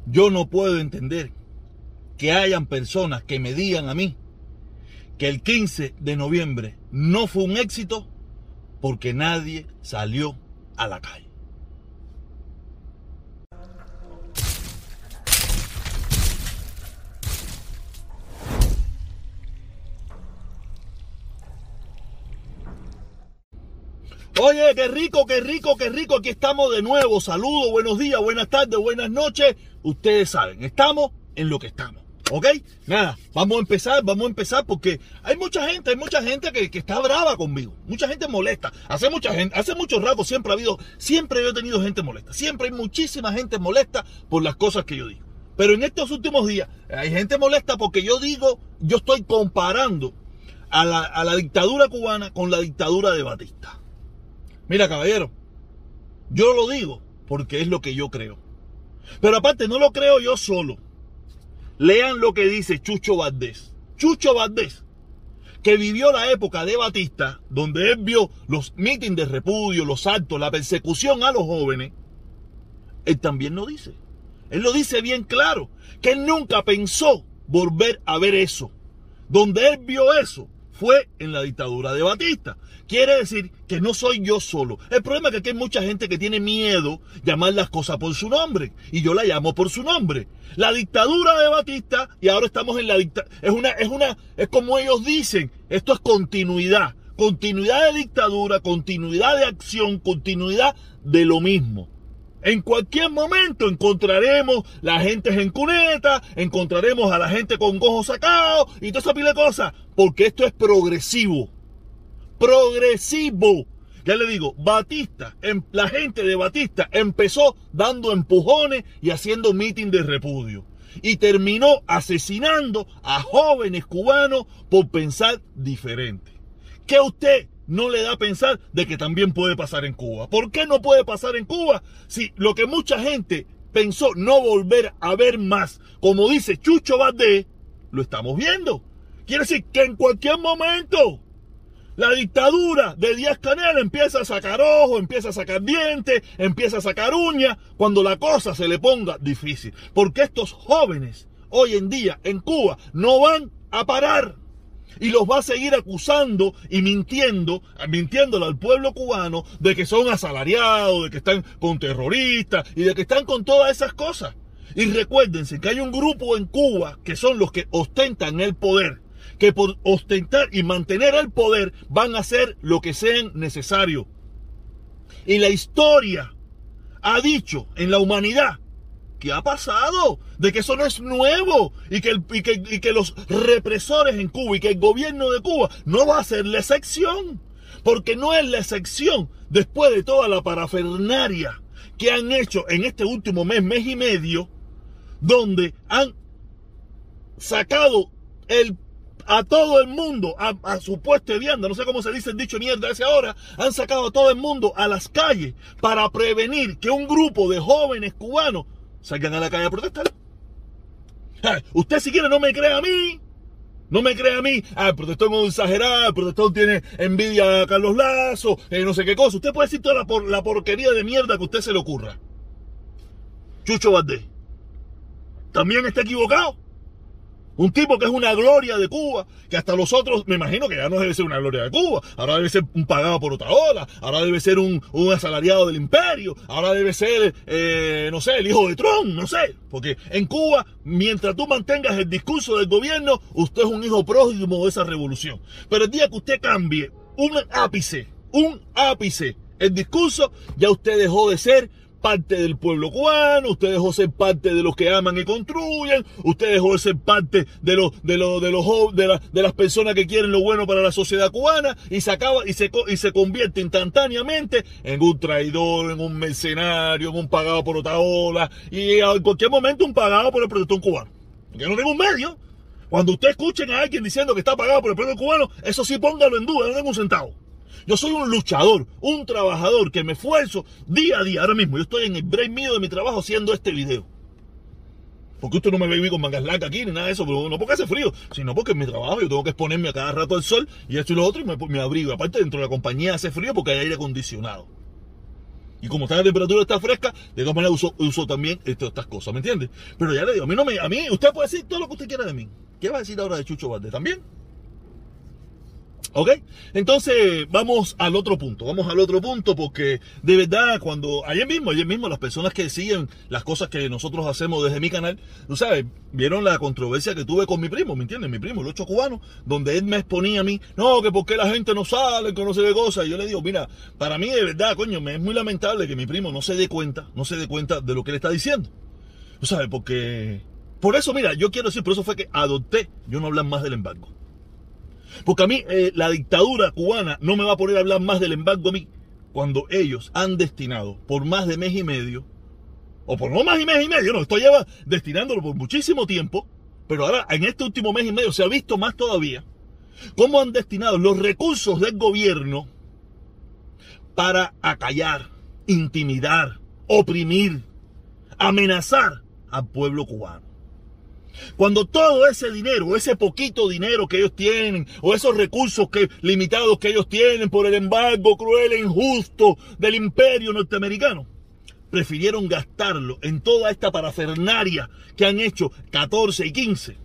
Yo no puedo entender que hayan personas que me digan a mí que el 15 de noviembre no fue un éxito porque nadie salió a la calle. Oye, qué rico, qué rico, qué rico. Aquí estamos de nuevo. Saludos, buenos días, buenas tardes, buenas noches. Ustedes saben, estamos en lo que estamos. ¿Ok? Nada, vamos a empezar porque hay mucha gente que está brava conmigo. Mucha gente molesta. Hace mucho rato siempre he tenido gente molesta. Siempre hay muchísima gente molesta por las cosas que yo digo. Pero en estos últimos días hay gente molesta porque yo estoy comparando a la dictadura cubana con la dictadura de Batista. Mira, caballero, yo lo digo porque es lo que yo creo. Pero aparte, no lo creo yo solo. Lean lo que dice Chucho Valdés. Chucho Valdés, que vivió la época de Batista, donde él vio los mítines de repudio, los actos, la persecución a los jóvenes. Él también lo dice. Él lo dice bien claro, que él nunca pensó volver a ver eso. Donde él vio eso fue en la dictadura de Batista. Quiere decir que no soy yo solo. El problema es que aquí hay mucha gente que tiene miedo llamar las cosas por su nombre. Y yo la llamo por su nombre. La dictadura de Batista, y ahora estamos en la dictadura. Es como ellos dicen, esto es continuidad. Continuidad de dictadura, continuidad de acción, continuidad de lo mismo. En cualquier momento encontraremos la gente en cuneta, encontraremos a la gente con ojos sacados y toda esa pila de cosas. Porque esto es progresivo. Progresivo. Ya le digo, la gente de Batista empezó dando empujones y haciendo mitin de repudio. Y terminó asesinando a jóvenes cubanos por pensar diferente. ¿Qué a usted no le da a pensar de que también puede pasar en Cuba? ¿Por qué no puede pasar en Cuba? Si lo que mucha gente pensó no volver a ver más, como dice Chucho Valdés, lo estamos viendo. Quiere decir que en cualquier momento la dictadura de Díaz-Canel empieza a sacar ojos, empieza a sacar dientes, empieza a sacar uñas, cuando la cosa se le ponga difícil. Porque estos jóvenes hoy en día en Cuba no van a parar. Y los va a seguir acusando y mintiéndole al pueblo cubano de que son asalariados, de que están con terroristas y de que están con todas esas cosas. Y recuérdense que hay un grupo en Cuba que son los que ostentan el poder, que por ostentar y mantener el poder van a hacer lo que sea necesario. Y la historia ha dicho en la humanidad que ha pasado, de que eso no es nuevo y que los represores en Cuba y que el gobierno de Cuba no va a ser la excepción, porque no es la excepción después de toda la parafernaria que han hecho en este último mes y medio, donde han sacado a todo el mundo, a su puesto de vianda, no sé cómo se dice el dicho mierda ese ahora, han sacado a todo el mundo a las calles para prevenir que un grupo de jóvenes cubanos salgan a la calle a protestar. Usted si quiere no me cree a mí. El protestón es un exagerado, el protestón tiene envidia a Carlos Lazo, no sé qué cosa. Usted puede decir toda la porquería de mierda que a usted se le ocurra. Chucho Valdés también está equivocado. Un tipo que es una gloria de Cuba, que hasta los otros, me imagino que ya no debe ser una gloria de Cuba, ahora debe ser un pagado por otra ola, ahora debe ser un asalariado del imperio, ahora debe ser, no sé, el hijo de Trump, no sé. Porque en Cuba, mientras tú mantengas el discurso del gobierno, usted es un hijo próximo de esa revolución. Pero el día que usted cambie un ápice, el discurso, ya usted dejó de ser parte del pueblo cubano, usted dejó de ser parte de los que aman y construyen, usted dejó de ser parte de las personas que quieren lo bueno para la sociedad cubana y se convierte instantáneamente en un traidor, en un mercenario, en un pagado por otra ola y en cualquier momento un pagado por el protestón cubano. Porque no tengo un medio. Cuando usted escuchen a alguien diciendo que está pagado por el pueblo cubano, eso sí póngalo en duda, no tengo un centavo. Yo soy un luchador, un trabajador que me esfuerzo día a día. Ahora mismo yo estoy en el break mío de mi trabajo haciendo este video. Porque usted no me ve vivir con mangas largas aquí ni nada de eso, pero no porque hace frío, sino porque en mi trabajo yo tengo que exponerme a cada rato al sol y esto y lo otro y me abrigo. Aparte dentro de la compañía hace frío porque hay aire acondicionado. Y como está la temperatura está fresca, de todas maneras uso también estas cosas, ¿me entiendes? Pero ya le digo, a mí usted puede decir todo lo que usted quiera de mí. ¿Qué va a decir ahora de Chucho Valdés? ¿También? ¿Ok? Entonces vamos al otro punto, porque de verdad ayer mismo las personas que siguen las cosas que nosotros hacemos desde mi canal, tú sabes, vieron la controversia que tuve con mi primo, ¿me entiendes? Mi primo, el 8 cubano, donde él me exponía a mí, no, que por qué la gente no sale, que no se ve cosas, y yo le digo, mira, para mí de verdad, coño, me es muy lamentable que mi primo no se dé cuenta de lo que él está diciendo, tú sabes, porque, por eso, mira, yo quiero decir, por eso fue que adopté yo no hablar más del embargo. Porque a mí la dictadura cubana no me va a poner a hablar más del embargo a mí cuando ellos han destinado por más de mes y medio, o por no más y mes y medio, no, esto lleva destinándolo por muchísimo tiempo, pero ahora en este último mes y medio se ha visto más todavía cómo han destinado los recursos del gobierno para acallar, intimidar, oprimir, amenazar al pueblo cubano. Cuando todo ese dinero, ese poquito dinero que ellos tienen, o esos recursos limitados que ellos tienen por el embargo cruel e injusto del imperio norteamericano, prefirieron gastarlo en toda esta parafernaria que han hecho 14 y 15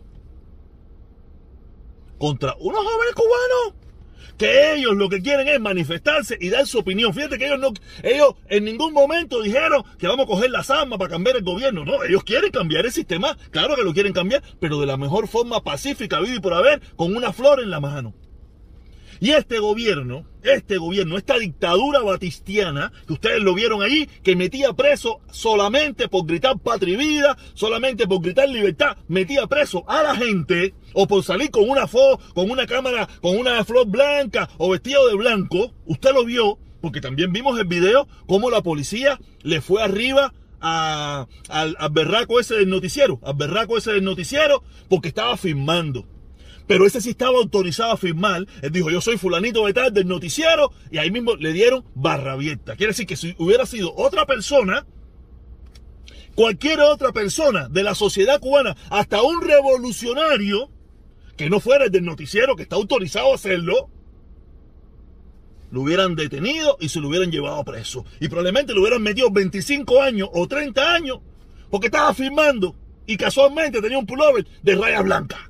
contra unos jóvenes cubanos que ellos lo que quieren es manifestarse y dar su opinión. Fíjate que ellos en ningún momento dijeron que vamos a coger las armas para cambiar el gobierno. No, ellos quieren cambiar el sistema, claro que lo quieren cambiar, pero de la mejor forma pacífica, viva y por haber, con una flor en la mano. Y este gobierno, esta dictadura batistiana, que ustedes lo vieron allí, que metía preso solamente por gritar patria y vida, solamente por gritar libertad, metía preso a la gente, o por salir con una cámara, con una flor blanca, o vestido de blanco. Usted lo vio, porque también vimos el video, cómo la policía le fue arriba al berraco ese del noticiero, porque estaba filmando. Pero ese sí estaba autorizado a firmar. Él dijo, yo soy fulanito de tal del noticiero, y ahí mismo le dieron barra abierta. Quiere decir que si hubiera sido otra persona, cualquier otra persona de la sociedad cubana, hasta un revolucionario, que no fuera el del noticiero, que está autorizado a hacerlo, lo hubieran detenido y se lo hubieran llevado preso. Y probablemente lo hubieran metido 25 años o 30 años, porque estaba firmando y casualmente tenía un pullover de raya blanca.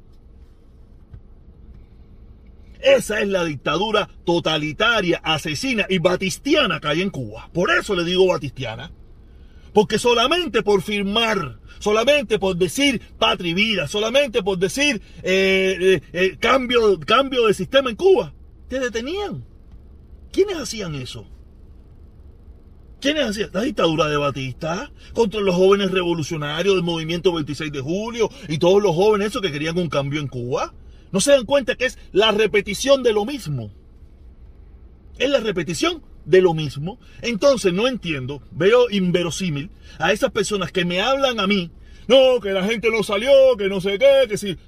Esa es la dictadura totalitaria, asesina y batistiana que hay en Cuba. Por eso le digo batistiana. Porque solamente por firmar, solamente por decir patria y vida, solamente por decir cambio de sistema en Cuba, te detenían. ¿Quiénes hacían eso? ¿Quiénes hacían? La dictadura de Batista, contra los jóvenes revolucionarios del movimiento 26 de julio y todos los jóvenes esos que querían un cambio en Cuba. ¿No se dan cuenta que es la repetición de lo mismo? Es la repetición de lo mismo. Entonces no entiendo, veo inverosímil a esas personas que me hablan a mí. No, que la gente no salió, que no sé qué, que sí.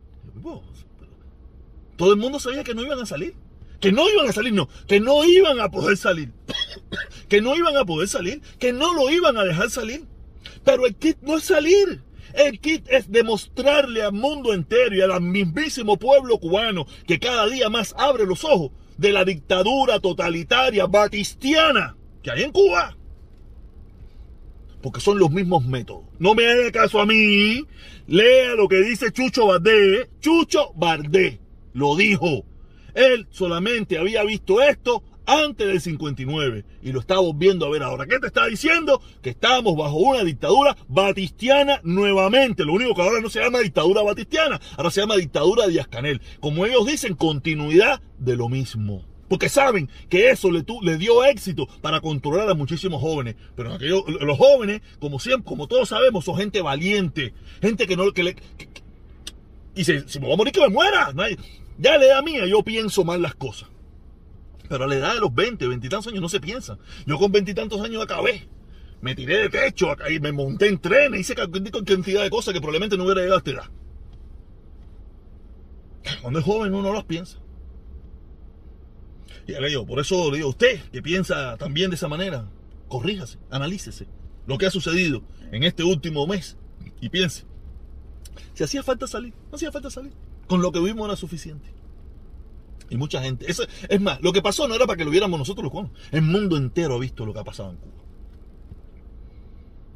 Todo el mundo sabía que no iban a salir. Que no iban a salir, no. Que no iban a poder salir. Que no iban a poder salir. Que no lo iban a dejar salir. Pero el kit no es salir. El kit es demostrarle al mundo entero y al mismísimo pueblo cubano que cada día más abre los ojos de la dictadura totalitaria batistiana que hay en Cuba. Porque son los mismos métodos. No me haga caso a mí. Lea lo que dice Chucho Valdés. Chucho Valdés lo dijo. Él solamente había visto esto antes del 59 y lo estamos viendo a ver ahora. ¿Qué te está diciendo? Que estamos bajo una dictadura batistiana nuevamente. Lo único que ahora no se llama dictadura batistiana, ahora se llama dictadura Díaz-Canel. Como ellos dicen, continuidad de lo mismo. Porque saben que eso le dio éxito para controlar a muchísimos jóvenes. Pero los jóvenes, como siempre, como todos sabemos, son gente valiente. Gente que no... y si me voy a morir, que me muera. Ya a la edad mía yo pienso mal las cosas. Pero a la edad de los 20 y tantos años no se piensa. Yo con 20 y tantos años acabé. Me tiré de techo, y me monté en trenes, hice cantidad de cosas que probablemente no hubiera llegado a esta edad. Cuando es joven uno no las piensa. Y le digo, por eso le digo a usted que piensa también de esa manera, corríjase, analícese lo que ha sucedido en este último mes y piense, si hacía falta salir, no hacía falta salir. Con lo que vimos era suficiente. Y mucha gente, es más, lo que pasó no era para que lo viéramos nosotros los cubanos. El mundo entero ha visto lo que ha pasado en Cuba.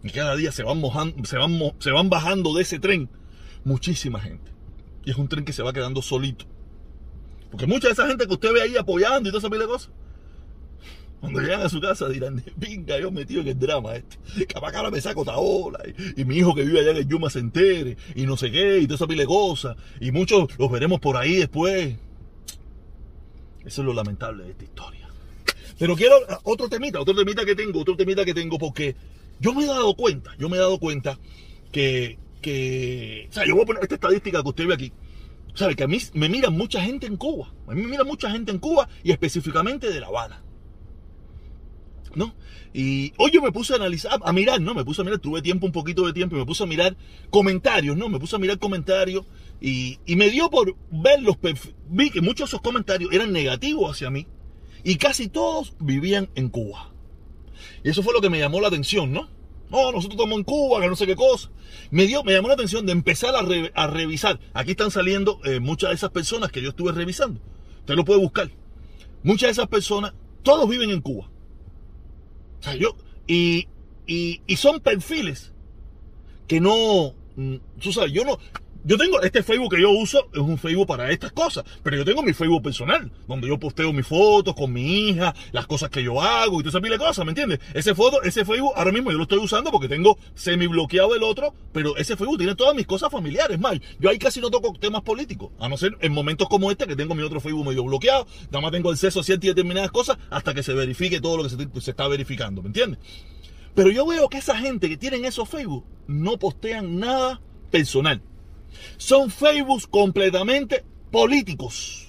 Y cada día se van bajando de ese tren muchísima gente. Y es un tren que se va quedando solito. Porque mucha de esa gente que usted ve ahí apoyando y toda esa pila de cosas, cuando llegan a su casa dirán, venga, yo metido en el drama este. Capaz que ahora me saco esta ola. Y mi hijo que vive allá en el Yuma se entere. Y no sé qué, y toda esa pila de cosas. Y muchos los veremos por ahí después. Eso es lo lamentable de esta historia. Pero quiero otro temita que tengo, porque yo me he dado cuenta que o sea, yo voy a poner esta estadística que usted ve aquí. ¿Sabe? Que a mí me mira mucha gente en Cuba. A mí me mira mucha gente en Cuba y específicamente de La Habana, ¿no? Y hoy yo me puse a analizar, a mirar, tuve un poquito de tiempo y me puse a mirar comentarios, ¿no? Y me dio por ver los perfiles. Vi que muchos de esos comentarios eran negativos hacia mí y casi todos vivían en Cuba. Y eso fue lo que me llamó la atención, ¿no? No, nosotros estamos en Cuba, que no sé qué cosa. Me llamó la atención de empezar a revisar. Aquí están saliendo muchas de esas personas que yo estuve revisando. Usted lo puede buscar. Muchas de esas personas, todos viven en Cuba. O sea, y son perfiles que no, tú sabes, yo tengo este Facebook que yo uso, es un Facebook para estas cosas, pero yo tengo mi Facebook personal, donde yo posteo mis fotos con mi hija, las cosas que yo hago y toda esa pila de cosas, ¿me entiendes? Ese Facebook ahora mismo yo lo estoy usando porque tengo semi bloqueado el otro, pero ese Facebook tiene todas mis cosas familiares, mal. Yo ahí casi no toco temas políticos, a no ser en momentos como este que tengo mi otro Facebook medio bloqueado, nada más tengo acceso a ciertas y determinadas cosas hasta que se verifique todo lo que se está verificando, ¿me entiendes? Pero yo veo que esa gente que tienen esos Facebook no postean nada personal. Son Facebooks completamente políticos.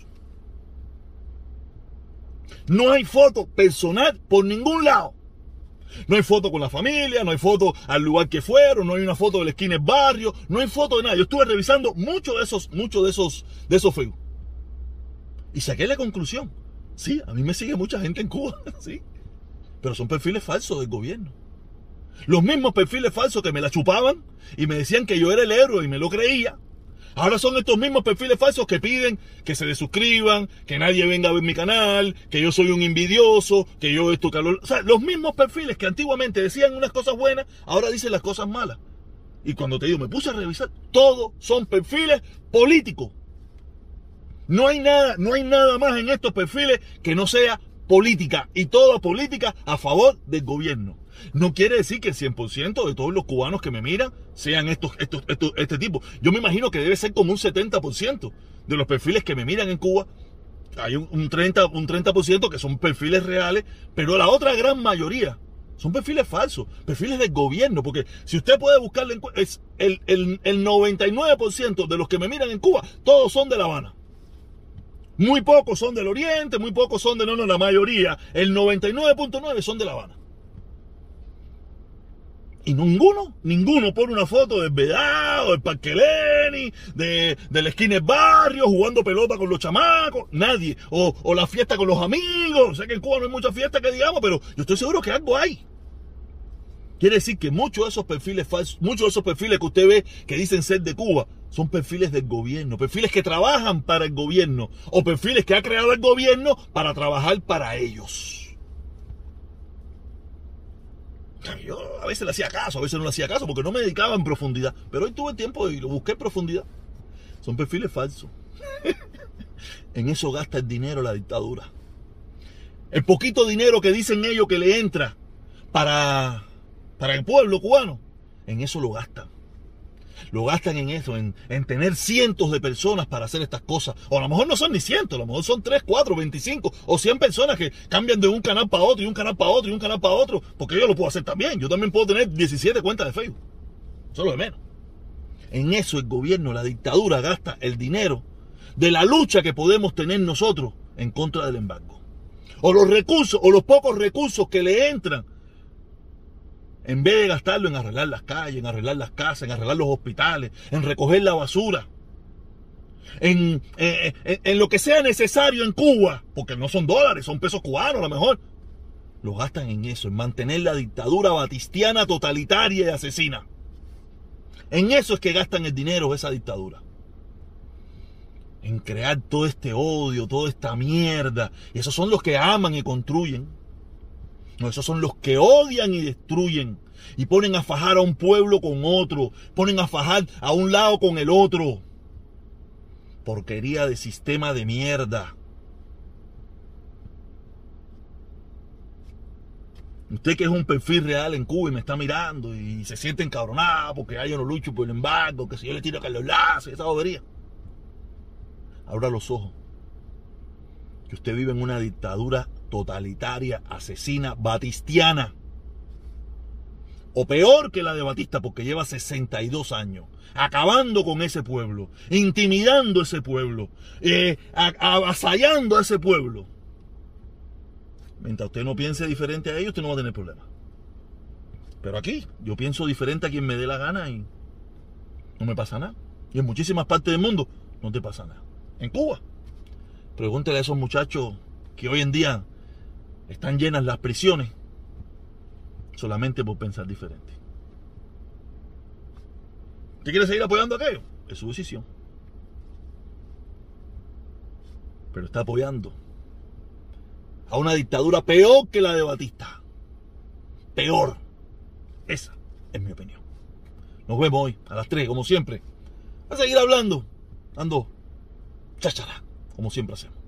No hay foto personal por ningún lado. No hay foto con la familia, no hay foto al lugar que fueron, no hay una foto del esquina del barrio, no hay foto de nada. Yo estuve revisando muchos de esos Facebook. Y saqué la conclusión. Sí, a mí me sigue mucha gente en Cuba, sí. Pero son perfiles falsos del gobierno. Los mismos perfiles falsos que me la chupaban y me decían que yo era el héroe y me lo creía. Ahora son estos mismos perfiles falsos que piden que se desuscriban, que nadie venga a ver mi canal, que yo soy un envidioso, que yo esto, calor. O sea, los mismos perfiles que antiguamente decían unas cosas buenas, ahora dicen las cosas malas. Y cuando te digo, me puse a revisar, todos son perfiles políticos. No hay nada más en estos perfiles que no sea política, y toda política a favor del gobierno. No quiere decir que el 100% de todos los cubanos que me miran sean este tipo. Yo me imagino que debe ser como un 70% de los perfiles que me miran en Cuba. Hay un 30% que son perfiles reales, pero la otra gran mayoría son perfiles falsos, perfiles del gobierno. Porque si usted puede buscarle, es el 99% de los que me miran en Cuba, todos son de La Habana. Muy pocos son del Oriente, muy pocos son la mayoría, el 99.9 son de La Habana. Y ninguno pone una foto del Vedado, del Parque Lenin, de la esquina del barrio, jugando pelota con los chamacos, nadie. O la fiesta con los amigos. Sé que en Cuba no hay mucha fiesta que digamos, pero yo estoy seguro que algo hay. Quiere decir que muchos de esos perfiles falsos, muchos de esos perfiles que usted ve que dicen ser de Cuba, son perfiles del gobierno, perfiles que trabajan para el gobierno, o perfiles que ha creado el gobierno para trabajar para ellos. Yo a veces le hacía caso, a veces no le hacía caso, porque no me dedicaba en profundidad. Pero hoy tuve tiempo y lo busqué en profundidad. Son perfiles falsos. En eso gasta el dinero la dictadura. El poquito dinero que dicen ellos que le entra para el pueblo cubano, en eso lo gastan. Lo gastan en eso, en tener cientos de personas para hacer estas cosas. O a lo mejor no son ni cientos, a lo mejor son 3, 4, 25 o 100 personas que cambian de un canal para otro y un canal para otro y un canal para otro. Porque yo lo puedo hacer también. Yo también puedo tener 17 cuentas de Facebook. Eso es lo de menos. En eso el gobierno, la dictadura gasta el dinero de la lucha que podemos tener nosotros en contra del embargo. O los recursos, o los pocos recursos que le entran, en vez de gastarlo en arreglar las calles, en arreglar las casas, en arreglar los hospitales, en recoger la basura, en lo que sea necesario en Cuba, porque no son dólares, son pesos cubanos a lo mejor, lo gastan en eso, en mantener la dictadura batistiana totalitaria y asesina. En eso es que gastan el dinero de esa dictadura. En crear todo este odio, toda esta mierda. Y esos son los que aman y construyen. No, esos son los que odian y destruyen. Y ponen a fajar a un pueblo con otro. Ponen a fajar a un lado con el otro. Porquería de sistema de mierda. Usted que es un perfil real en Cuba y me está mirando y se siente encabronado porque yo no lucho por el embargo, que si yo le tiro a Carlos Lazo y esa bobería. Abra los ojos. Que usted vive en una dictadura totalitaria, asesina, batistiana. O peor que la de Batista, porque lleva 62 años acabando con ese pueblo, intimidando a ese pueblo, avasallando a ese pueblo. Mientras usted no piense diferente a ellos, usted no va a tener problemas. Pero aquí, yo pienso diferente a quien me dé la gana y no me pasa nada. Y en muchísimas partes del mundo no te pasa nada. En Cuba, pregúntele a esos muchachos que hoy en día están llenas las prisiones solamente por pensar diferente. ¿Usted quiere seguir apoyando aquello? Es su decisión. Pero está apoyando a una dictadura peor que la de Batista. Peor. Esa es mi opinión. Nos vemos hoy a las 3, como siempre. A seguir hablando, dando cháchara, como siempre hacemos.